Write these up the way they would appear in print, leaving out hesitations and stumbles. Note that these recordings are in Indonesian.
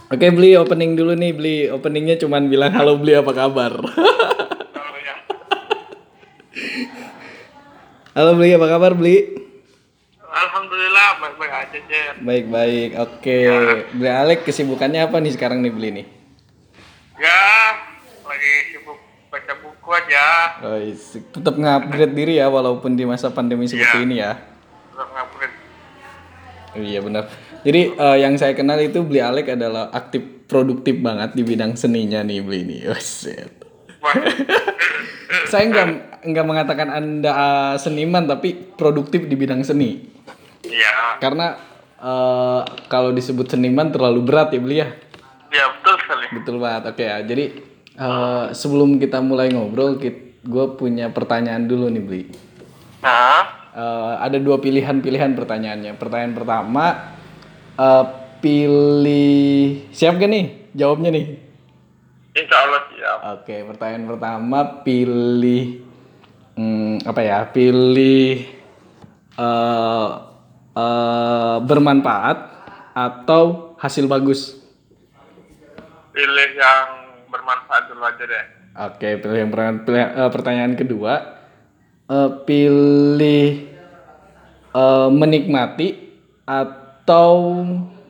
Oke, beli opening dulu nih, beli openingnya cuman bilang halo beli apa kabar. Oh ya. Halo beli apa kabar beli? Alhamdulillah baik-baik aja, Jer. Baik-baik, oke. Ya, Beli Alek kesibukannya apa nih sekarang nih beli nih? ya lagi sibuk baca buku aja. Oh, tetap nge-upgrade diri ya walaupun di masa pandemi seperti Iya, ini ya. belum ngupgrade. Oh, iya benar. Jadi yang saya kenal itu beli Alek adalah aktif produktif banget di bidang seninya nih beli ini. Oh, shit. Wah, Saya nggak mengatakan Anda seniman tapi produktif di bidang seni. iya, Karena kalau disebut seniman terlalu berat ya beli ya. ya betul sekali. Betul banget. Oke ya. Jadi sebelum kita mulai ngobrol, gue punya pertanyaan dulu nih beli. Nah, Ada dua pilihan pertanyaannya. Pertanyaan pertama, eh, pilih siap gak nih jawabnya nih? insya Allah siap. Oke, pertanyaan pertama pilih apa ya? Pilih eh bermanfaat atau hasil bagus? Pilih yang bermanfaat dulu aja deh. Oke, pertanyaan kedua, pilih menikmati atau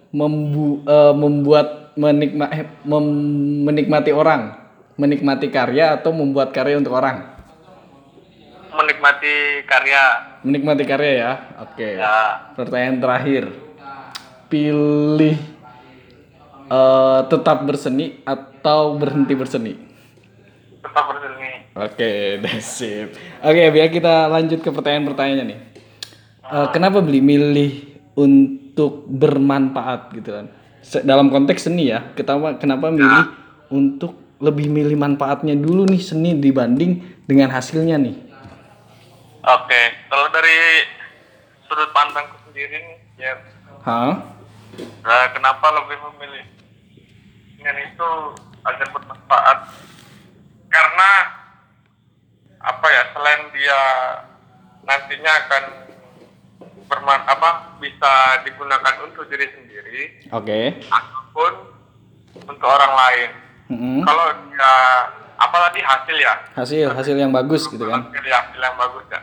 membuat menikmati orang, menikmati karya atau membuat karya untuk orang. Menikmati karya. Menikmati karya ya. Oke. Ya, Pertanyaan terakhir, pilih tetap berseni atau berhenti berseni. tetap berseni. Oke, that's it. Oke, biar kita lanjut ke pertanyaan-pertanyaannya nih. Kenapa beli milih untuk bermanfaat gitu kan? Dalam konteks seni ya, kenapa milih untuk lebih milih manfaatnya dulu nih seni dibanding dengan hasilnya nih? Oke, kalau dari sudut pandangku sendiri nih, ya, Hah? kenapa lebih memilih dengan itu agar bermanfaat? Karena apa ya, selain dia nantinya akan bisa digunakan untuk diri sendiri Oke. ataupun untuk orang lain. Mm-mm. Kalau dia apa tadi hasil ya, Hasil yang bagus gitu kan? hasil yang bagus ya.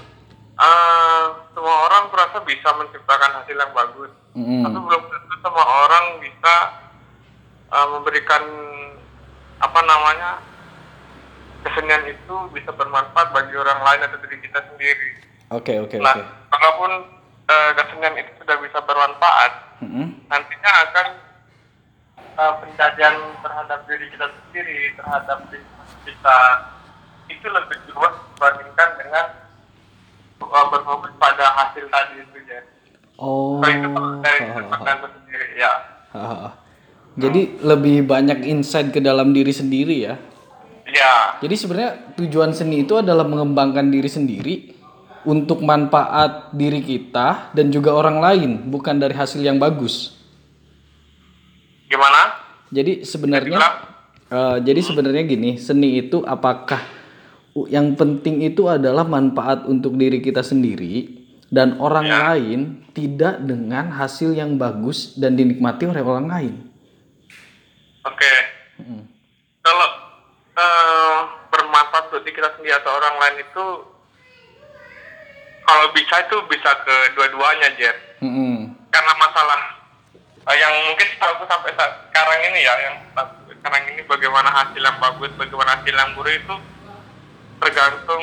Semua orang merasa bisa menciptakan hasil yang bagus, tapi belum tentu semua orang bisa memberikan apa namanya kesenian itu bisa bermanfaat bagi orang lain atau diri kita sendiri. Oke. Nah, walaupun kesenian itu sudah bisa bermanfaat, nantinya akan penjajahan terhadap diri kita sendiri, terhadap lingkungan kita itu lebih luas dibandingkan dengan berfokus pada hasil tadi itu ya. Oh. So, itu dari sudut pandangku sendiri ya. Jadi lebih banyak insight ke dalam diri sendiri ya. Ya, Jadi sebenarnya tujuan seni itu adalah mengembangkan diri sendiri untuk manfaat diri kita dan juga orang lain, bukan dari hasil yang bagus. gimana? Jadi sebenarnya gini, seni itu apakah yang penting itu adalah manfaat untuk diri kita sendiri dan orang lain, tidak dengan hasil yang bagus dan dinikmati oleh orang lain. Oke. Kalau bermanfaat untuk diri kita sendiri atau orang lain itu, kalau bisa itu bisa ke dua-duanya, Jer. Karena masalah yang mungkin setahu sampai sekarang ini ya, yang sekarang ini bagaimana hasil yang bagus, bagaimana hasil yang buruk itu tergantung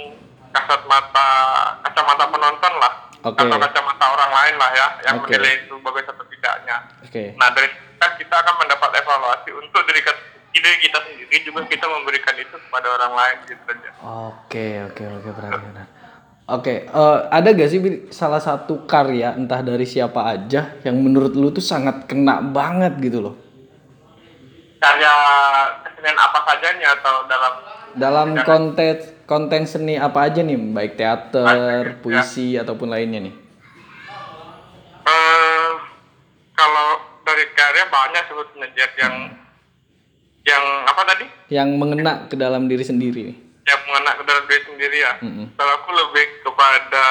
kacamata penonton lah, atau kacamata orang lain lah ya, yang menilai itu bagus atau tidaknya. Nah, dari kan kita akan mendapat evaluasi untuk diri kita sendiri, juga kita memberikan itu kepada orang lain gitu aja. Oke, benar. Oke, ada gak sih salah satu karya entah dari siapa aja yang menurut lu tuh sangat kena banget gitu loh? Karya kesenian apa sajanya atau dalam konten seni apa aja nih, baik teater, puisi ataupun lainnya nih? Kalau dari karya banyak sebetulnya yang apa tadi? Yang mengena ke dalam diri sendiri nih. Yang mengena ke dalam diri sendiri ya. Kalau aku lebih kepada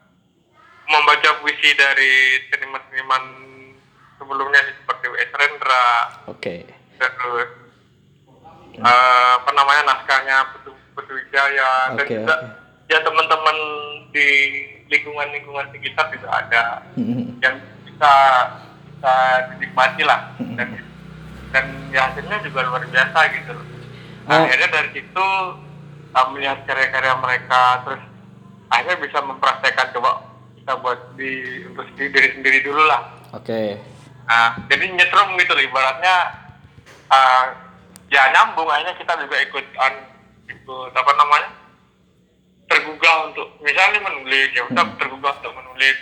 membaca puisi dari seniman-seniman sebelumnya seperti W.S. Rendra, juga. Oke. Terus apa namanya, naskahnya Putu Wijaya, dan Oke, juga oke. ya teman-teman di lingkungan sekitar juga ada yang bisa dinikmati lah, dan ya hasilnya juga luar biasa gitu loh. Nah, akhirnya dari situ melihat karya-karya mereka, terus akhirnya bisa mempraktekkan, coba kita buat untuk diri sendiri dulu lah. Oke. Nah, jadi nyetrum gitu loh, ibaratnya ya nyambung, akhirnya kita juga ikut apa namanya, tergugah untuk misalnya menulis, ya udah tergugah untuk menulis.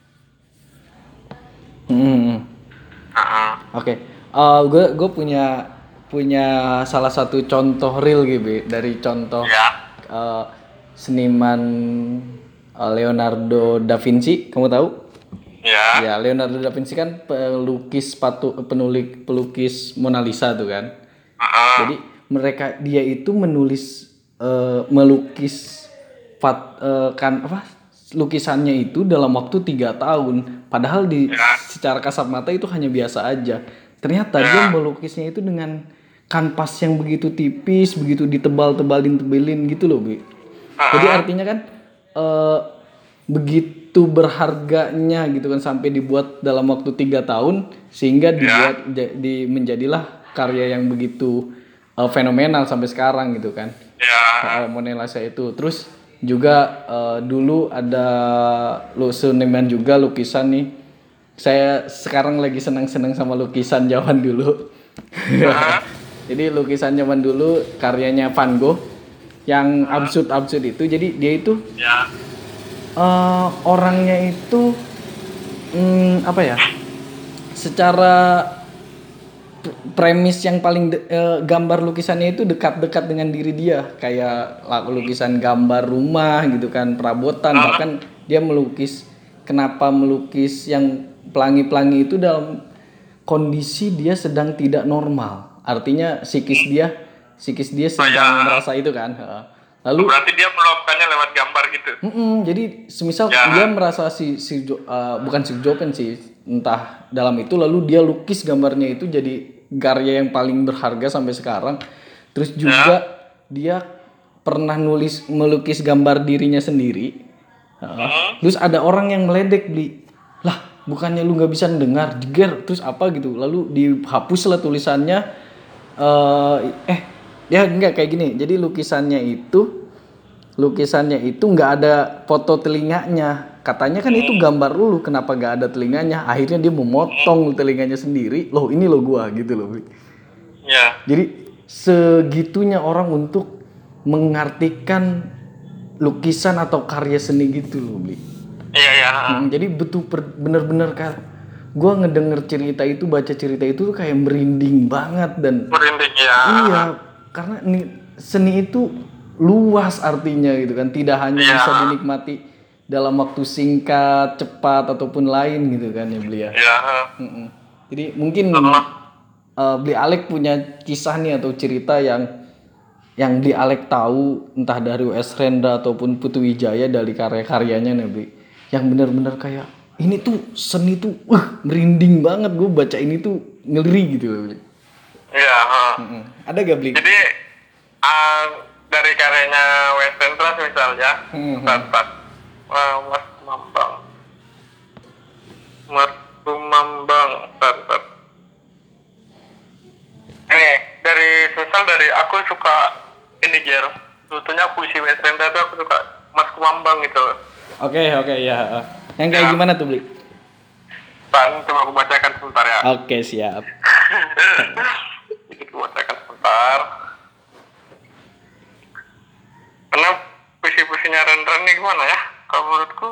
Oke. Gue punya salah satu contoh real gitu dari contoh Ya. seniman Leonardo da Vinci. Kamu tahu? Ya. Ya, Leonardo da Vinci kan pelukis Mona Lisa tuh kan. Jadi dia itu melukis lukisannya itu dalam waktu 3 tahun. Padahal secara kasat mata itu hanya biasa aja. Ternyata dia melukisnya itu dengan kanvas yang begitu tipis, begitu ditebelin gitu loh, Bi. Jadi artinya kan begitu berharganya gitu kan, sampai dibuat dalam waktu 3 tahun sehingga menjadilah karya yang begitu fenomenal sampai sekarang gitu kan. Mona Lisa itu. Terus juga dulu ada seniman juga lukisan nih. Saya sekarang lagi senang-senang sama lukisan zaman dulu. Jadi lukisan zaman dulu karyanya Van Gogh yang absurd itu. Jadi dia itu orangnya itu apa ya? Secara premis yang paling gambar lukisannya itu dekat-dekat dengan diri dia, kayak lukisan gambar rumah gitu kan, perabotan, bahkan dia melukis yang pelangi-pelangi itu dalam kondisi dia sedang tidak normal, artinya psikis dia sedang merasa itu kan. Lalu berarti dia meluapkannya lewat gambar gitu. Jadi semisal dia merasa bukan si Jopen sih, entah dalam itu, lalu dia lukis gambarnya itu jadi karya yang paling berharga sampai sekarang. Terus juga dia pernah melukis gambar dirinya sendiri. Terus ada orang yang meledek, lah bukannya lu nggak bisa dengar, jeger, terus apa gitu, lalu dihapus lah tulisannya. Dia nggak kayak gini, jadi lukisannya itu nggak ada foto telinganya, katanya kan itu gambar lu, kenapa nggak ada telinganya. Akhirnya dia memotong telinganya sendiri, loh ini lo gua gitu loh. Jadi segitunya orang untuk mengartikan lukisan atau karya seni gitu loh, jadi bener-bener kan gue ngedenger baca cerita itu kayak merinding banget. Dan iya, karena seni itu luas artinya gitu kan, tidak hanya bisa dinikmati dalam waktu singkat, cepat ataupun lain gitu kan ya Bli ya. Jadi mungkin Bli Alek punya kisah nih atau cerita yang Bli Alek tahu, entah dari W.S. Rendra ataupun Putu Wijaya, dari karya-karyanya nih Bli, yang benar-benar kayak ini tuh seni tuh merinding banget, gue baca ini tuh ngeri gitu loh Bli. Ada gak Bli? Jadi dari karyanya W.S. Rendra misalnya, Mas Mambang, dari aku suka ini Jer, sebetulnya puisi W.S. Rendra itu aku suka Mas Kumambang gitu. Oke ya. Yang kayak gimana tuh Bli? Coba aku bacakan sebentar ya. Oke, siap. Aku bacakan sebentar. Karena puisi-puisinya Rendra ini gimana ya? Kalau menurutku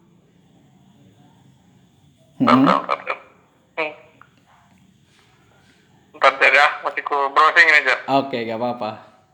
Bentar ya, masih ku browsing aja. Oke, gak apa-apa.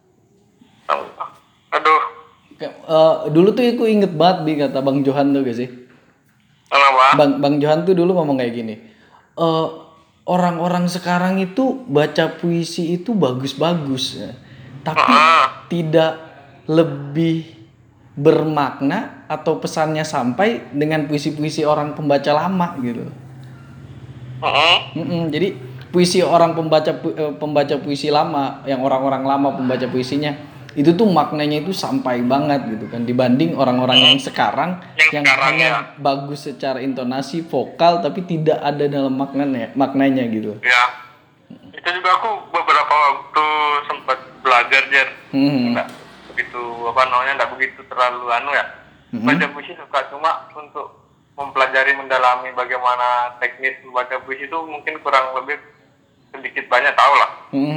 Aduh. Dulu tuh aku inget banget Bi, kata Bang Johan tuh gak sih? Kenapa? Bang Johan tuh dulu ngomong kayak gini. Orang-orang sekarang itu baca puisi itu bagus-bagus ya, tapi tidak lebih bermakna atau pesannya sampai dengan puisi-puisi orang pembaca lama gitu. Jadi puisi orang pembaca puisi lama, yang orang-orang lama pembaca puisinya itu tuh maknanya itu sampai banget gitu kan, dibanding orang-orang yang sekarang yang hanya bagus secara intonasi vokal tapi tidak ada dalam maknanya gitu. Ya, itu juga aku beberapa waktu sempat belajar nggak begitu nggak begitu terlalu ya. Baca puisi suka, cuma untuk mempelajari mendalami bagaimana teknis membaca puisi itu mungkin kurang lebih sedikit banyak tahu lah.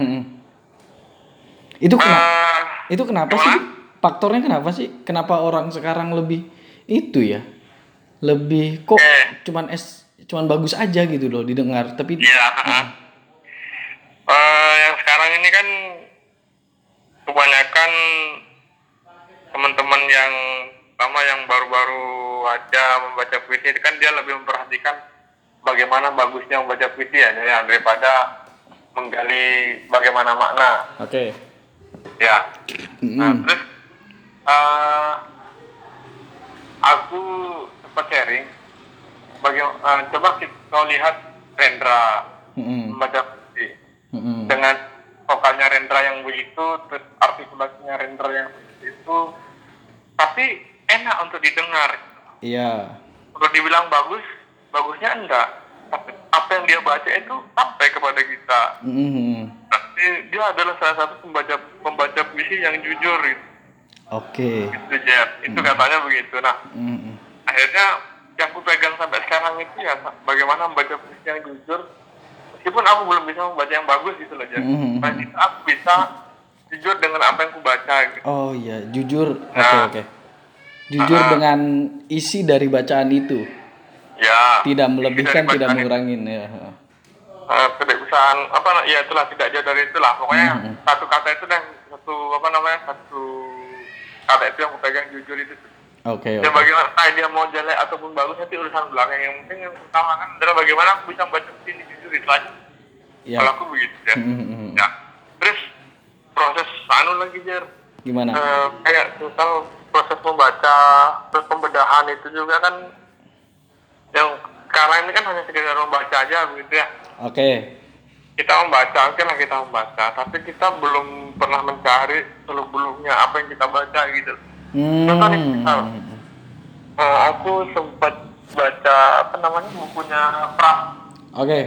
Itu kenapa sih? Faktornya kenapa sih? Kenapa orang sekarang lebih itu ya? Lebih kok cuman bagus aja gitu loh didengar, tapi yang sekarang ini kan kebanyakan teman-teman yang baru-baru aja membaca puisi itu kan dia lebih memperhatikan bagaimana bagusnya membaca puisi ya daripada menggali bagaimana makna. Oke. Ya. Nah, terus aku sempat sharing coba kau lihat Rendra membaca puisi dengan vokalnya Rendra yang begitu, terus artikulasinya Rendra yang itu, tapi enak untuk didengar. Iya. Untuk dibilang bagusnya enggak. Tapi apa yang dia baca itu sampai kepada kita. Tapi dia adalah salah satu pembaca puisi yang jujur gitu. Oke. Itu Jer. Itu katanya begitu. Nah, akhirnya yang aku pegang sampai sekarang itu ya bagaimana membaca puisi yang jujur. Meskipun aku belum bisa membaca yang bagus gitu loh Jer. Tapi aku bisa jujur dengan apa yang aku baca gitu. Oh iya, jujur. Oke. Jujur dengan isi dari bacaan itu. Ya. Tidak melebihkan, tidak mengurangin ya. Tidak bisa itulah, tidak jauh dari itulah. Pokoknya satu kata itu dan satu kata itu yang aku pegang, jujur itu. Oke. Dan bagaimana dia mau jelek ataupun bagus nanti urusan belakang, yang penting yang pertama kan adalah bagaimana aku bisa membaca ini jujur itu aja. Ya. Kalau aku begitu ya. Ya. Terus proses lagi Jer. Gimana? Kayak total proses membaca, terus pembedahan itu juga kan yang sekarang ini kan hanya sekedar membaca aja begitu ya. Oke. Kita membaca, kita membaca, tapi kita belum pernah mencari seluk-beluknya apa yang kita baca gitu. Contoh nih, aku sempat baca bukunya Pram. Oke.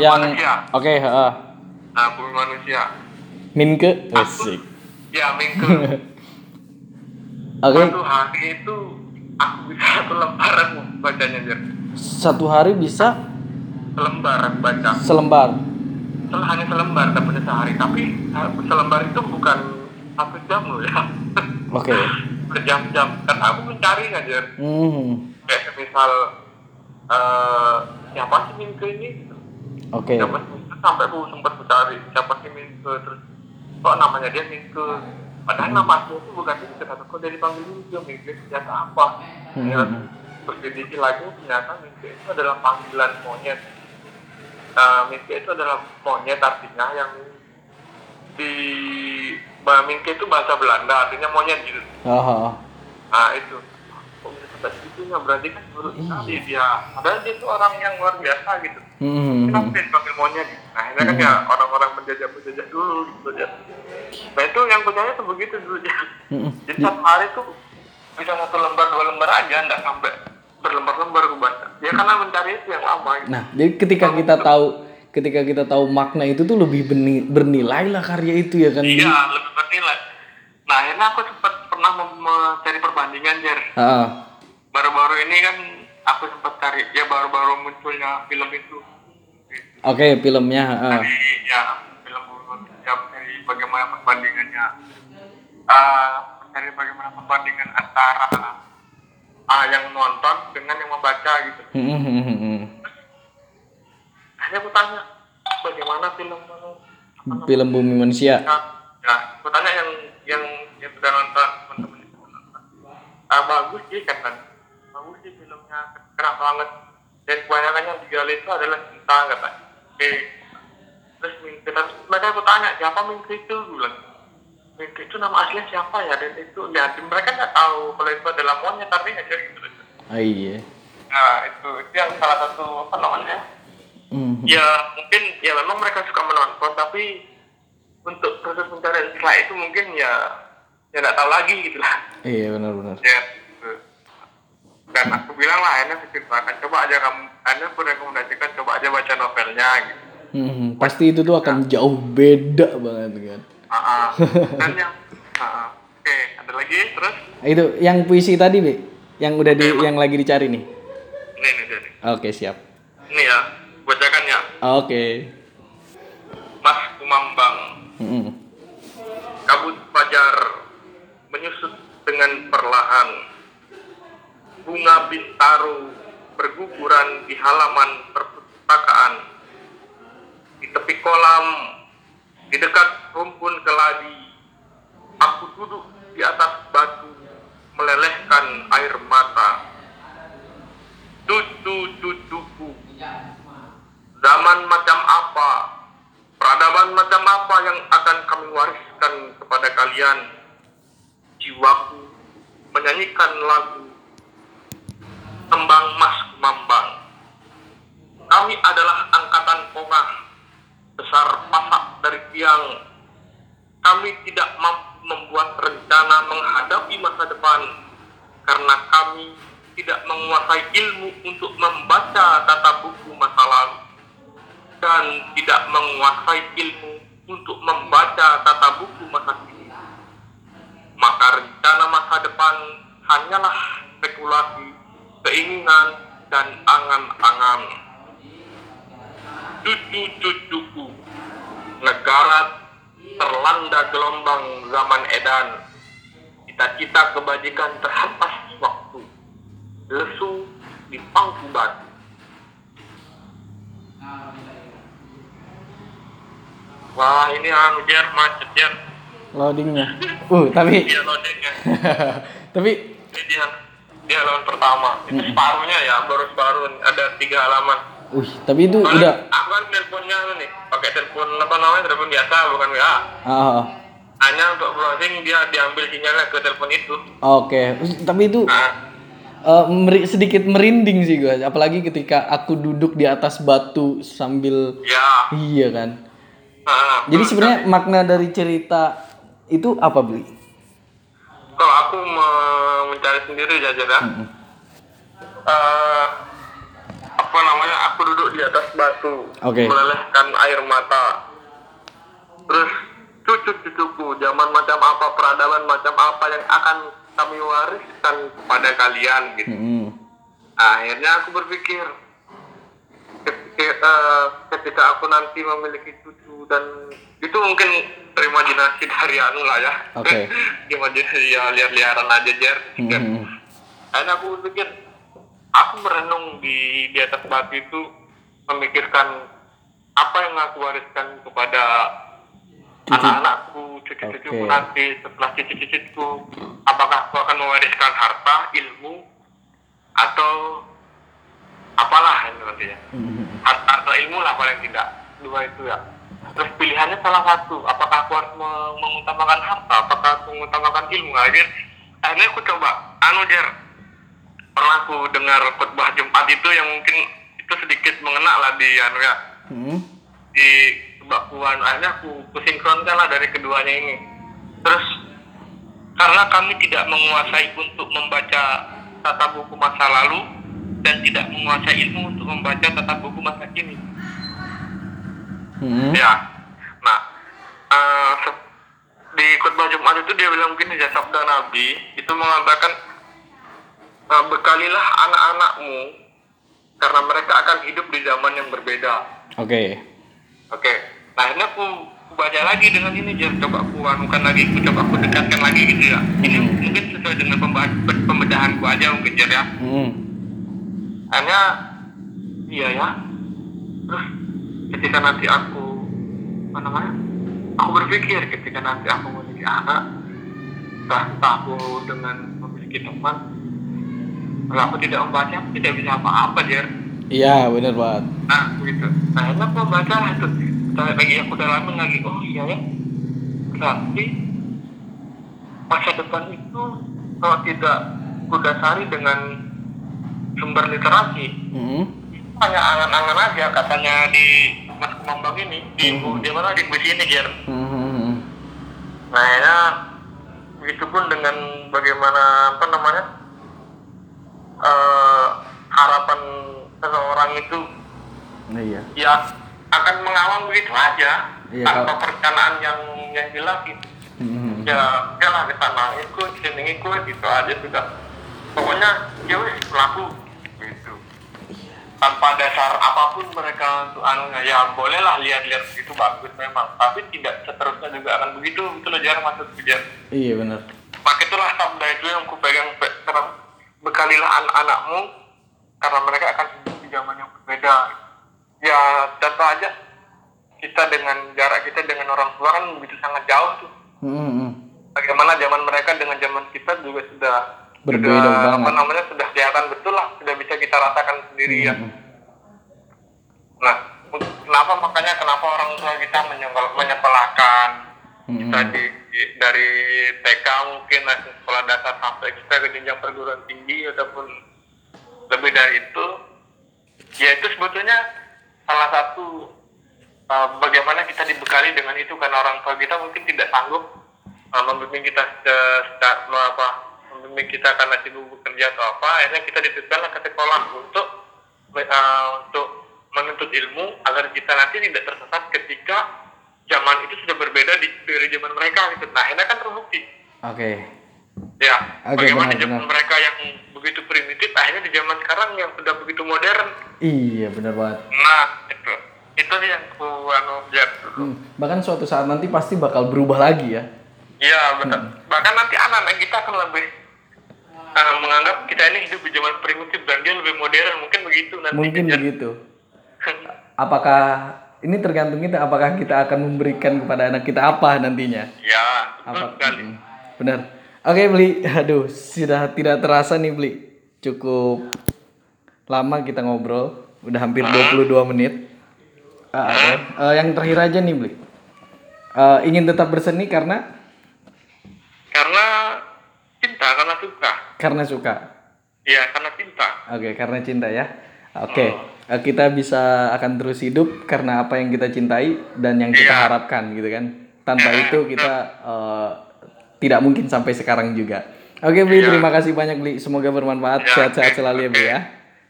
Bumi Manusia. Minke, asik. Ya, Minke. Oke. Satu hari itu aku bisa 1 lembaran bacanya Jer. 1 hari bisa selembar baca. Hanya selembar, dapatnya sehari. Tapi selembar itu bukan 1 jam loh ya. Oke. Berjam-jam. Kan aku mencari aja. Kayak misal siapa sih Minke ini? Oke. Sampai aku sempat mencari siapa sih Minke, terus kok namanya dia Minke. Padahal nama aslinya itu bukan Minke, tapi kok dari panggil Minke senjata apa? Terus didikit lagi ternyata Minke itu adalah panggilan monyet. Minke itu adalah monyet, artinya yang di Minke itu bahasa Belanda, artinya monyet gitu. Nah itu kok bisa sampai segitunya, berarti kan menurut sekali dia. Padahal dia itu orang yang luar biasa gitu. Kenapa dia dipanggil monyet? Nah ini kan ya orang-orang menjajah dulu gitu ya. Nah itu yang percaya tuh begitu dulu ya. Jadi 1 hari tuh bisa 1 lembar 2 lembar aja, nggak sampai berlembar-lembar aku baca. Ya karena mencari itu yang lama gitu. Nah, jadi ketika kita tahu makna itu tuh lebih bernilai lah karya itu ya kan. Iya, lebih bernilai. Nah, akhirnya aku sempat pernah mencari perbandingan Jer. Baru-baru ini kan aku sempat cari, ya baru-baru munculnya film itu. Oke, filmnya. Film dari bagaimana perbandingannya. Dari bagaimana perbandingan antara yang nonton dengan yang membaca gitu. Akhirnya aku tanya, bagaimana film Bumi Manusia? Ya, aku tanya yang sudah nonton, teman-teman itu nonton. Bagus sih katanya. Bagus sih filmnya, keren banget. Dan kebanyakan yang digali itu adalah cinta katanya. Terus mereka aku tanya, siapa Minke itu? Bilang, Minke itu nama aslinya siapa ya? Dan itu mereka nggak tahu kalau itu adalah monyet, tapi aja gitu. Iya. Nah itu yang salah satu Ya mungkin ya memang mereka suka menonton, tapi untuk proses pencarian setelah itu mungkin ya nggak tahu lagi gitu lah. Iya benar-benar. Ya gitu. Dan aku bilang lah, Anda ceritakan, coba aja kamu, Anda merekomendasikan coba aja baca novelnya gitu. Pasti itu tuh akan jauh beda banget kan. Dan yang oke, ada lagi terus Itu yang puisi tadi, Be. Yang udah yang lagi dicari nih. ini. Oke, siap. Ini ya, bacakan ya. Oke. Mas Kumambang. Kabut fajar menyusut dengan perlahan. Bunga bintaro berguguran di halaman perpustakaan. Di tepi kolam, di dekat rumpun keladi, aku duduk di atas batu melelehkan air mata. Cucu-cucuku, zaman macam apa, peradaban macam apa yang akan kami wariskan kepada kalian? Jiwaku menyanyikan lagu tembang Mas Kumambang. Kami adalah angkatan pongah, besar pasak dari tiang. Kami tidak mampu membuat rencana menghadapi masa depan karena kami tidak menguasai ilmu untuk membaca tata buku masa lalu dan tidak menguasai ilmu untuk membaca tata buku masa kini. Maka rencana masa depan hanyalah spekulasi, keinginan, dan angan-angan. Cucu-cucuku, negara terlanda gelombang zaman edan. Cita-cita kebajikan terhempas waktu, lesu di pangku batu. Wah, ini Jer, macet Jer. Loadingnya. Tapi Dia loadingnya. tapi Dia halaman pertama. Itu separuhnya ya, baru separuh ada 3 halaman. Tapi itu Soalnya udah aku kan teleponnya nih, pakai telepon apa namanya, telepon biasa bukan WA. Hanya untuk browsing dia diambil sinyalnya ke telepon itu. Oke. Tapi itu sedikit merinding sih gue, apalagi ketika aku duduk di atas batu sambil iya kan. Jadi sebenarnya makna dari cerita itu apa, Bli? Kalau aku mencari sendiri aja ya. Apa namanya? Aku duduk di atas batu, melelehkan air mata. Terus cucu-cucuku, zaman macam apa, peradaban macam apa yang akan kami wariskan kepada kalian gitu. Akhirnya aku berpikir, ketika aku nanti memiliki cucu, dan itu mungkin imajinasi dari anu lah ya. Imajinasi ya, liar-liaran aja Jer. Akhirnya aku berpikir, aku merenung di atas batu itu, memikirkan apa yang aku wariskan kepada anak-anakku, cucu-cucuku nanti setelah cucu-cucuku. Apakah aku akan mewariskan harta, ilmu, atau apalah itu nanti ya. Harta atau ilmu lah paling tidak, 2 itu ya. Terus pilihannya salah satu, apakah aku harus mengutamakan harta, apakah aku mengutamakan ilmu. Akhirnya aku coba Jer, pernah aku dengar khotbah Jumat itu yang mungkin itu sedikit mengena lah di ya. Di Mbak Puan, akhirnya aku sinkronkan lah dari keduanya ini. Terus karena kami tidak menguasai untuk membaca tata buku masa lalu dan tidak menguasai ilmu untuk membaca tata buku masa kini. Ya, nah di khotbah Jumat itu dia bilang begini ya, sabda Nabi itu mengatakan, bekalilah anak-anakmu karena mereka akan hidup di zaman yang berbeda. Oke. Nah ini aku baca lagi dengan ini Jer, coba aku anukan lagi, coba aku dekatkan lagi gitu ya. Ini mungkin sesuai dengan pembedahanku aja mungkin Jer ya. Akhirnya iya ya. Terus ketika nanti aku berpikir ketika nanti aku memiliki anak, entah aku dengan memiliki teman, kalau aku tidak membaca, aku tidak bisa apa-apa Jer. Iya benar banget. Nah begitu. Nah akhirnya aku membaca itu. Lagi aku dalamin lagi, oh iya ya, berarti masa depan itu kalau tidak ku dasari dengan sumber literasi, hanya angan-angan aja katanya di Mas Kemambang ini di mana di bus ini Ger. Nah ya begitupun dengan bagaimana apa namanya harapan seseorang itu Iya. ya akan mengawang begitu aja Iya, tanpa perencanaan yang jelas gitu. Ya lah ke sana ikut sini ikut gitu aja sudah. Pokoknya ya wes pelaku gitu. Tanpa dasar apapun mereka untuk anunya ya bolehlah lihat-lihat itu bagus memang, tapi tidak seterusnya juga akan begitu. Itu loh jarang masuk kerja. Iya benar. Maka itulah sabda itu yang ku pegang sekarang, bekalilah anak-anakmu karena mereka akan hidup di zaman yang berbeda. Ya contoh aja kita dengan jarak kita dengan orang tua kan begitu sangat jauh tuh. Bagaimana zaman mereka dengan zaman kita juga sudah Berbeda banget. apa namanya sudah kelihatan betul lah, sudah bisa kita rasakan sendiri ya. Nah, kenapa orang tua kita menyekolahkan kita dari TK mungkin sekolah dasar sampai kita ke jenjang perguruan tinggi ataupun lebih dari itu, ya itu sebetulnya salah satu bagaimana kita dibekali dengan itu karena orang tua kita mungkin tidak sanggup membimbing kita membimbing kita karena sibuk bekerja atau apa, akhirnya kita dititipkanlah ke sekolah untuk menuntut ilmu agar kita nanti tidak tersesat ketika zaman itu sudah berbeda dari zaman mereka gitu. Nah akhirnya kan terbukti. Oke. Ya, bagaimana benar, zaman mereka yang begitu primitif, akhirnya di zaman sekarang yang sudah begitu modern. Iya benar banget. Nah itu nih yang ku lihat dulu. Bahkan suatu saat nanti pasti bakal berubah lagi ya. Iya benar. Bahkan nanti anak-anak kita akan lebih menganggap kita ini hidup di zaman primitif dan dia lebih modern, mungkin begitu nanti. Mungkin begitu. Apakah ini tergantung kita, apakah kita akan memberikan kepada anak kita apa nantinya? Ya, Apa? sekali. Benar. Oke Bli, aduh sudah tidak terasa nih Bli. Cukup lama kita ngobrol, udah hampir 22 menit. Yang terakhir aja nih Bli. Ingin tetap berseni karena cinta, karena suka. Karena suka. Iya, karena cinta. Oke, karena cinta ya. Oke. Kita bisa akan terus hidup karena apa yang kita cintai dan yang kita harapkan gitu kan. Tanpa itu kita tidak mungkin sampai sekarang juga. Oke Bli, terima kasih banyak Bli. Semoga bermanfaat. Sehat-sehat selalu ya Bli ya.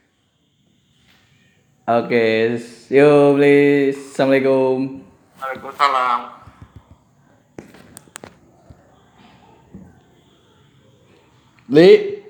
Oke, yuk Bli. Assalamualaikum. Waalaikumsalam. Bli.